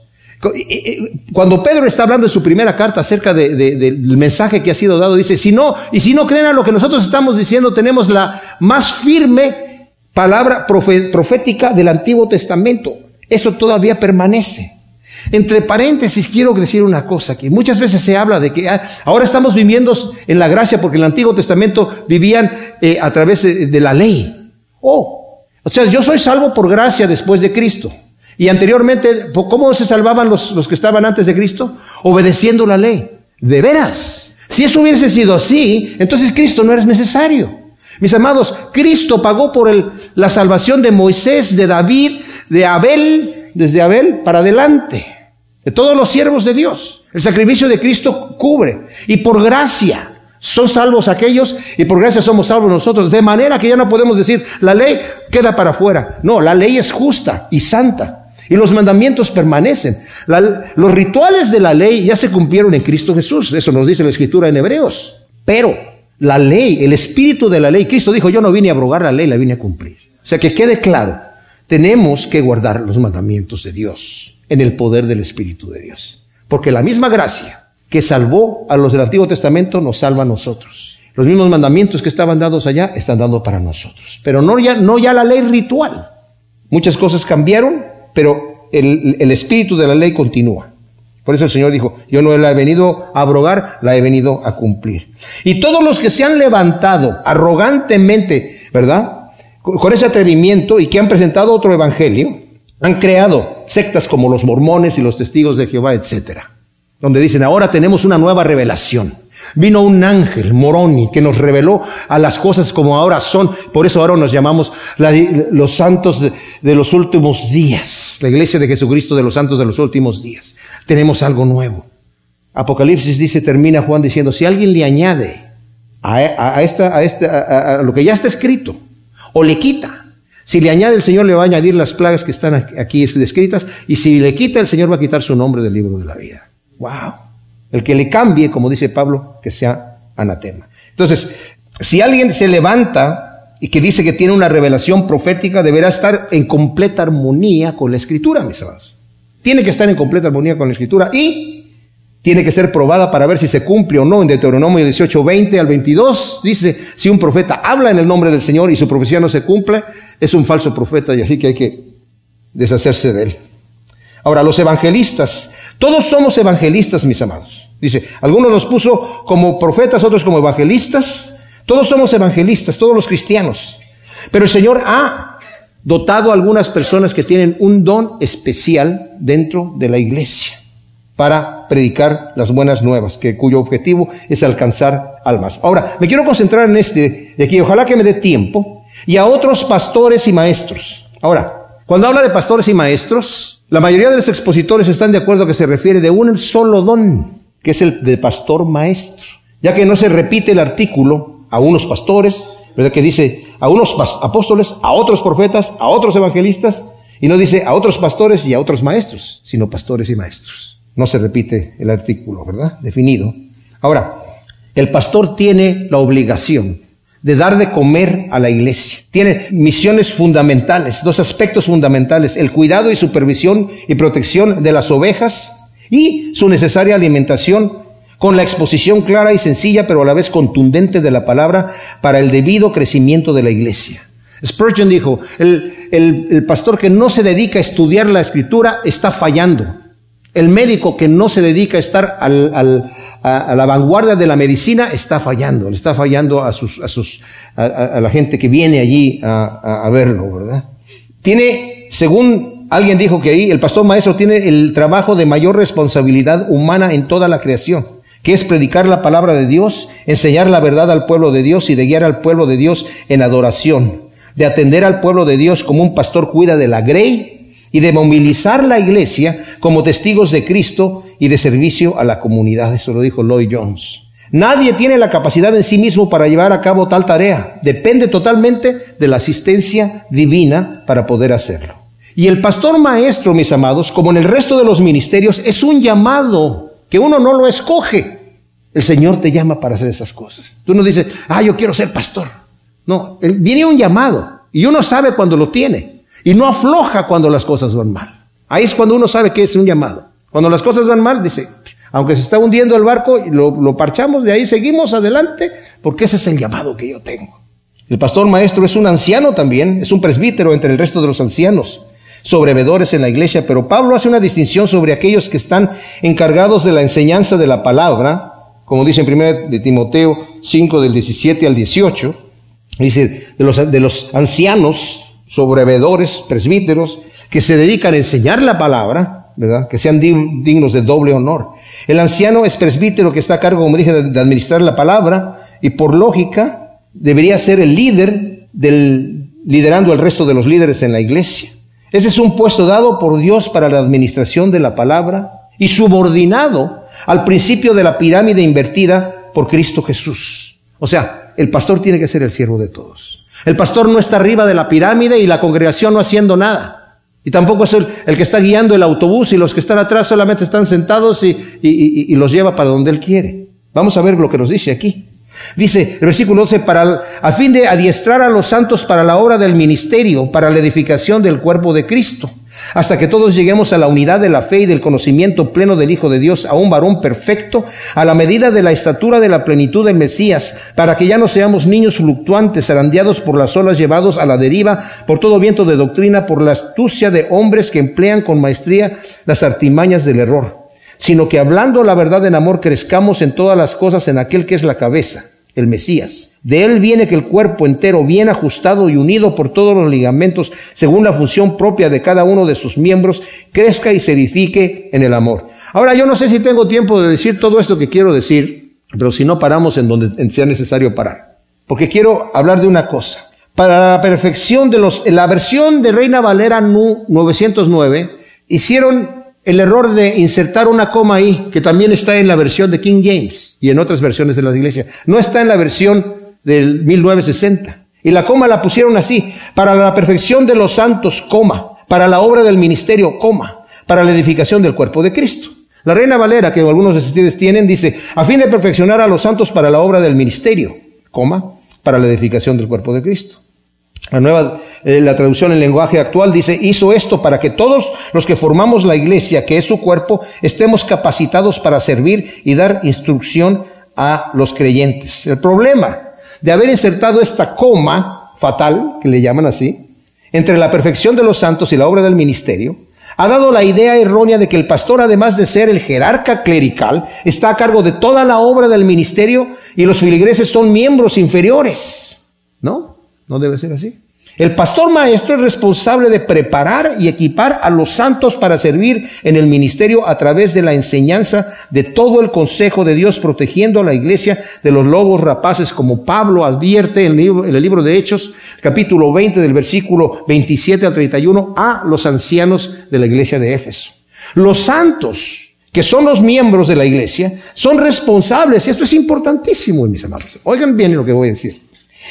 Cuando Pedro está hablando en su primera carta acerca de, de, del mensaje que ha sido dado, dice, si no, y si no creen a lo que nosotros estamos diciendo, tenemos la más firme palabra profe, profética del Antiguo Testamento. Eso todavía permanece. Entre paréntesis, quiero decir una cosa aquí. Muchas veces se habla de que ah, ahora estamos viviendo en la gracia, porque en el Antiguo Testamento vivían eh, a través de, de la ley. Oh, o sea, yo soy salvo por gracia después de Cristo. Y anteriormente, ¿cómo se salvaban los, los que estaban antes de Cristo? Obedeciendo la ley. ¿De veras? Si eso hubiese sido así, entonces Cristo no era necesario. Mis amados, Cristo pagó por el, la salvación de Moisés, de David, de Abel, desde Abel para adelante, de todos los siervos de Dios. El sacrificio de Cristo cubre. Y por gracia son salvos aquellos, y por gracia somos salvos nosotros. De manera que ya no podemos decir, la ley queda para afuera. No, la ley es justa y santa. Y los mandamientos permanecen. La, los rituales de la ley ya se cumplieron en Cristo Jesús. Eso nos dice la Escritura en Hebreos. Pero la ley, el espíritu de la ley, Cristo dijo, yo no vine a abrogar la ley, la vine a cumplir. O sea, que quede claro, tenemos que guardar los mandamientos de Dios en el poder del Espíritu de Dios. Porque la misma gracia que salvó a los del Antiguo Testamento nos salva a nosotros. Los mismos mandamientos que estaban dados allá están dando para nosotros. Pero no ya, no ya la ley ritual. Muchas cosas cambiaron, pero el, el espíritu de la ley continúa. Por eso el Señor dijo, yo no la he venido a abrogar, la he venido a cumplir. Y todos los que se han levantado arrogantemente, ¿verdad?, con ese atrevimiento y que han presentado otro evangelio, han creado sectas como los mormones y los testigos de Jehová, etcétera, donde dicen, ahora tenemos una nueva revelación. Vino un ángel, Moroni, que nos reveló a las cosas como ahora son. Por eso ahora nos llamamos la, los santos de, de los últimos días. La iglesia de Jesucristo de los santos de los últimos días. Tenemos algo nuevo. Apocalipsis dice, termina Juan diciendo, si alguien le añade a, a, a, esta, a, esta, a, a lo que ya está escrito, o le quita. Si le añade, el Señor le va a añadir las plagas que están aquí descritas, y si le quita, el Señor va a quitar su nombre del libro de la vida. ¡Wow! El que le cambie, como dice Pablo, que sea anatema. Entonces, si alguien se levanta y que dice que tiene una revelación profética, deberá estar en completa armonía con la Escritura, mis hermanos. Tiene que estar en completa armonía con la Escritura y tiene que ser probada para ver si se cumple o no. En Deuteronomio dieciocho, veinte al veintidós dice, si un profeta habla en el nombre del Señor y su profecía no se cumple, es un falso profeta y así que hay que deshacerse de él. Ahora, los evangelistas, todos somos evangelistas, mis amados. Dice, algunos los puso como profetas, otros como evangelistas. Todos somos evangelistas, todos los cristianos. Pero el Señor ha dotado a algunas personas que tienen un don especial dentro de la iglesia para predicar las buenas nuevas, que, cuyo objetivo es alcanzar almas. Ahora, me quiero concentrar en este de aquí, ojalá que me dé tiempo, y a otros pastores y maestros. Ahora, cuando habla de pastores y maestros, la mayoría de los expositores están de acuerdo que se refiere de un solo don, que es el de pastor maestro, ya que no se repite el artículo a unos pastores, ¿verdad?, que dice a unos apóstoles, a otros profetas, a otros evangelistas, y no dice a otros pastores y a otros maestros, sino pastores y maestros. No se repite el artículo, ¿verdad? Definido. Ahora, el pastor tiene la obligación de dar de comer a la iglesia. Tiene misiones fundamentales, dos aspectos fundamentales: el cuidado y supervisión y protección de las ovejas y su necesaria alimentación, con la exposición clara y sencilla, pero a la vez contundente de la palabra para el debido crecimiento de la iglesia. Spurgeon dijo, el, el, el pastor que no se dedica a estudiar la Escritura está fallando. El médico que no se dedica a estar al, al, a, a la vanguardia de la medicina está fallando. Le está fallando a, sus, a, sus, a, a la gente que viene allí a, a, a verlo, ¿verdad? Tiene, según alguien dijo que ahí, el pastor maestro tiene el trabajo de mayor responsabilidad humana en toda la creación, que es predicar la palabra de Dios, enseñar la verdad al pueblo de Dios y de guiar al pueblo de Dios en adoración, de atender al pueblo de Dios como un pastor cuida de la grey y de movilizar la iglesia como testigos de Cristo y de servicio a la comunidad. Eso lo dijo Lloyd Jones. Nadie tiene la capacidad en sí mismo para llevar a cabo tal tarea. Depende totalmente de la asistencia divina para poder hacerlo. Y el pastor maestro, mis amados, como en el resto de los ministerios, es un llamado que uno no lo escoge. El Señor te llama para hacer esas cosas. Tú no dices, ah, yo quiero ser pastor. No, viene un llamado y uno sabe cuando lo tiene. Y no afloja cuando las cosas van mal. Ahí es cuando uno sabe que es un llamado. Cuando las cosas van mal, dice, aunque se está hundiendo el barco, lo, lo parchamos, de ahí seguimos adelante, porque ese es el llamado que yo tengo. El pastor maestro es un anciano también, es un presbítero entre el resto de los ancianos, sobrevedores en la iglesia, pero Pablo hace una distinción sobre aquellos que están encargados de la enseñanza de la palabra, como dice en primera de Timoteo cinco, del diecisiete al dieciocho, dice, de los, de los ancianos, sobrevedores, presbíteros, que se dedican a enseñar la palabra, ¿verdad? Que sean dignos de doble honor. El anciano es presbítero que está a cargo, como dije, de administrar la palabra, y por lógica debería ser el líder del, liderando el resto de los líderes en la iglesia. Ese es un puesto dado por Dios para la administración de la palabra y subordinado al principio de la pirámide invertida por Cristo Jesús. O sea, el pastor tiene que ser el siervo de todos. El pastor no está arriba de la pirámide y la congregación no haciendo nada. Y tampoco es el, el que está guiando el autobús y los que están atrás solamente están sentados y, y, y, y los lleva para donde él quiere. Vamos a ver lo que nos dice aquí. Dice el versículo doce, para, a fin de adiestrar a los santos para la obra del ministerio, para la edificación del cuerpo de Cristo, hasta que todos lleguemos a la unidad de la fe y del conocimiento pleno del Hijo de Dios, a un varón perfecto, a la medida de la estatura de la plenitud del Mesías, para que ya no seamos niños fluctuantes, zarandeados por las olas, llevados a la deriva por todo viento de doctrina, por la astucia de hombres que emplean con maestría las artimañas del error, sino que hablando la verdad en amor crezcamos en todas las cosas en aquel que es la cabeza, el Mesías. De él viene que el cuerpo entero, bien ajustado y unido por todos los ligamentos, según la función propia de cada uno de sus miembros, crezca y se edifique en el amor. Ahora, yo no sé si tengo tiempo de decir todo esto que quiero decir, pero si no, paramos en donde sea necesario parar. Porque quiero hablar de una cosa. Para la perfección de los, en la versión de Reina Valera novecientos nueve, hicieron el error de insertar una coma ahí, que también está en la versión de King James y en otras versiones de la iglesia. No está en la versión del mil novecientos sesenta. Y la coma la pusieron así: para la perfección de los santos, coma, para la obra del ministerio, coma, para la edificación del cuerpo de Cristo. La Reina Valera, que algunos de ustedes tienen, dice, a fin de perfeccionar a los santos para la obra del ministerio, coma, para la edificación del cuerpo de Cristo. La nueva, eh, la traducción en lenguaje actual dice, hizo esto para que todos los que formamos la iglesia, que es su cuerpo, estemos capacitados para servir y dar instrucción a los creyentes. El problema de haber insertado esta coma fatal, que le llaman así, entre la perfección de los santos y la obra del ministerio, ha dado la idea errónea de que el pastor, además de ser el jerarca clerical, está a cargo de toda la obra del ministerio y los feligreses son miembros inferiores. ¿No? No debe ser así. El pastor maestro es responsable de preparar y equipar a los santos para servir en el ministerio a través de la enseñanza de todo el consejo de Dios, protegiendo a la iglesia de los lobos rapaces, como Pablo advierte en el libro, en el libro de Hechos, capítulo veinte, del versículo veintisiete al treinta y uno, a los ancianos de la iglesia de Éfeso. Los santos, que son los miembros de la iglesia, son responsables, y esto es importantísimo, mis amados. Oigan bien lo que voy a decir.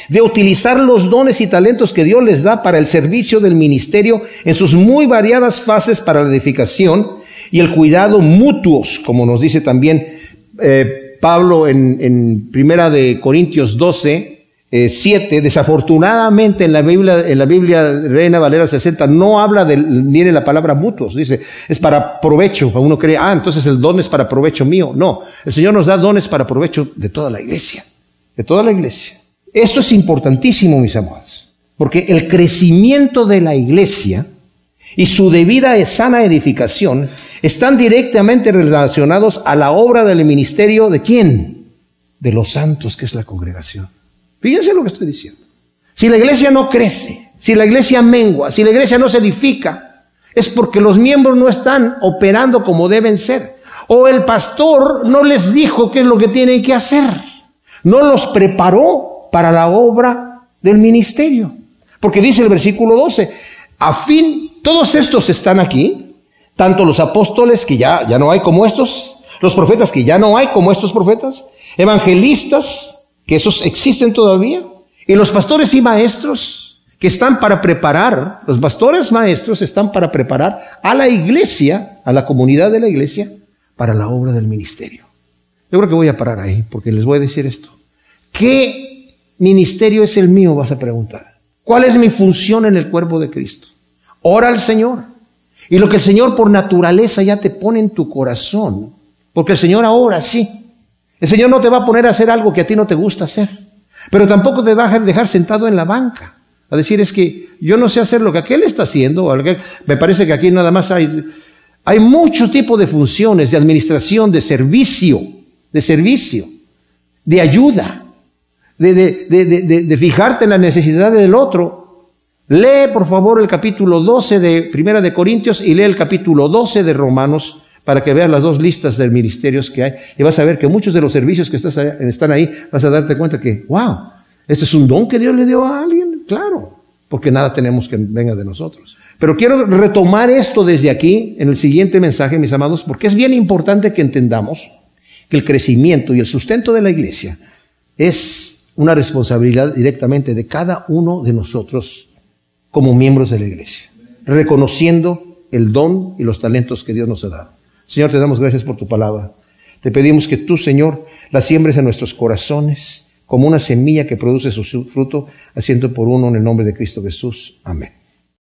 de utilizar los dones y talentos que Dios les da para el servicio del ministerio en sus muy variadas fases para la edificación y el cuidado mutuos, como nos dice también eh, Pablo en, en Primera de Corintios doce, Eh, siete. Desafortunadamente en la Biblia, en la Biblia Reina Valera sesenta no habla de, viene la palabra mutuos, dice, es para provecho. Uno cree, ah, entonces el don es para provecho mío. No, el Señor nos da dones para provecho de toda la iglesia, de toda la iglesia. Esto es importantísimo, mis amados, porque el crecimiento de la iglesia y su debida y sana edificación están directamente relacionados a la obra del ministerio ¿de quién? De los santos, que es la congregación. Fíjense lo que estoy diciendo. Si la iglesia no crece, si la iglesia mengua, si la iglesia no se edifica, es porque los miembros no están operando como deben ser. O el pastor no les dijo qué es lo que tienen que hacer. No los preparó para la obra del ministerio. Porque dice el versículo doce, a fin, todos estos están aquí, tanto los apóstoles que ya, ya no hay como estos, los profetas que ya no hay como estos profetas, evangelistas, que esos existen todavía, y los pastores y maestros que están para preparar, los pastores maestros están para preparar a la iglesia, a la comunidad de la iglesia, para la obra del ministerio. Yo creo que voy a parar ahí, porque les voy a decir esto. ¿Qué ministerio es el mío? Vas a preguntar. ¿Cuál es mi función en el cuerpo de Cristo? Ora al Señor. Y lo que el Señor por naturaleza ya te pone en tu corazón, porque el Señor ahora sí. El Señor no te va a poner a hacer algo que a ti no te gusta hacer, pero tampoco te va a dejar sentado en la banca a decir, es que yo no sé hacer lo que aquel está haciendo. Me parece que aquí nada más hay, hay muchos tipos de funciones, de administración, de servicio, de servicio, de ayuda, de, de, de, de, de fijarte en la necesidad del otro. Lee por favor el capítulo doce de Primera de Corintios y lee el capítulo doce de Romanos, para que veas las dos listas de ministerios que hay, y vas a ver que muchos de los servicios que están ahí, vas a darte cuenta que, wow, esto es un don que Dios le dio a alguien, claro, porque nada tenemos que venga de nosotros. Pero quiero retomar esto desde aquí, en el siguiente mensaje, mis amados, porque es bien importante que entendamos que el crecimiento y el sustento de la iglesia es una responsabilidad directamente de cada uno de nosotros como miembros de la iglesia, reconociendo el don y los talentos que Dios nos ha dado. Señor, te damos gracias por tu palabra. Te pedimos que tú, Señor, la siembres en nuestros corazones como una semilla que produce su fruto, haciendo por uno en el nombre de Cristo Jesús. Amén.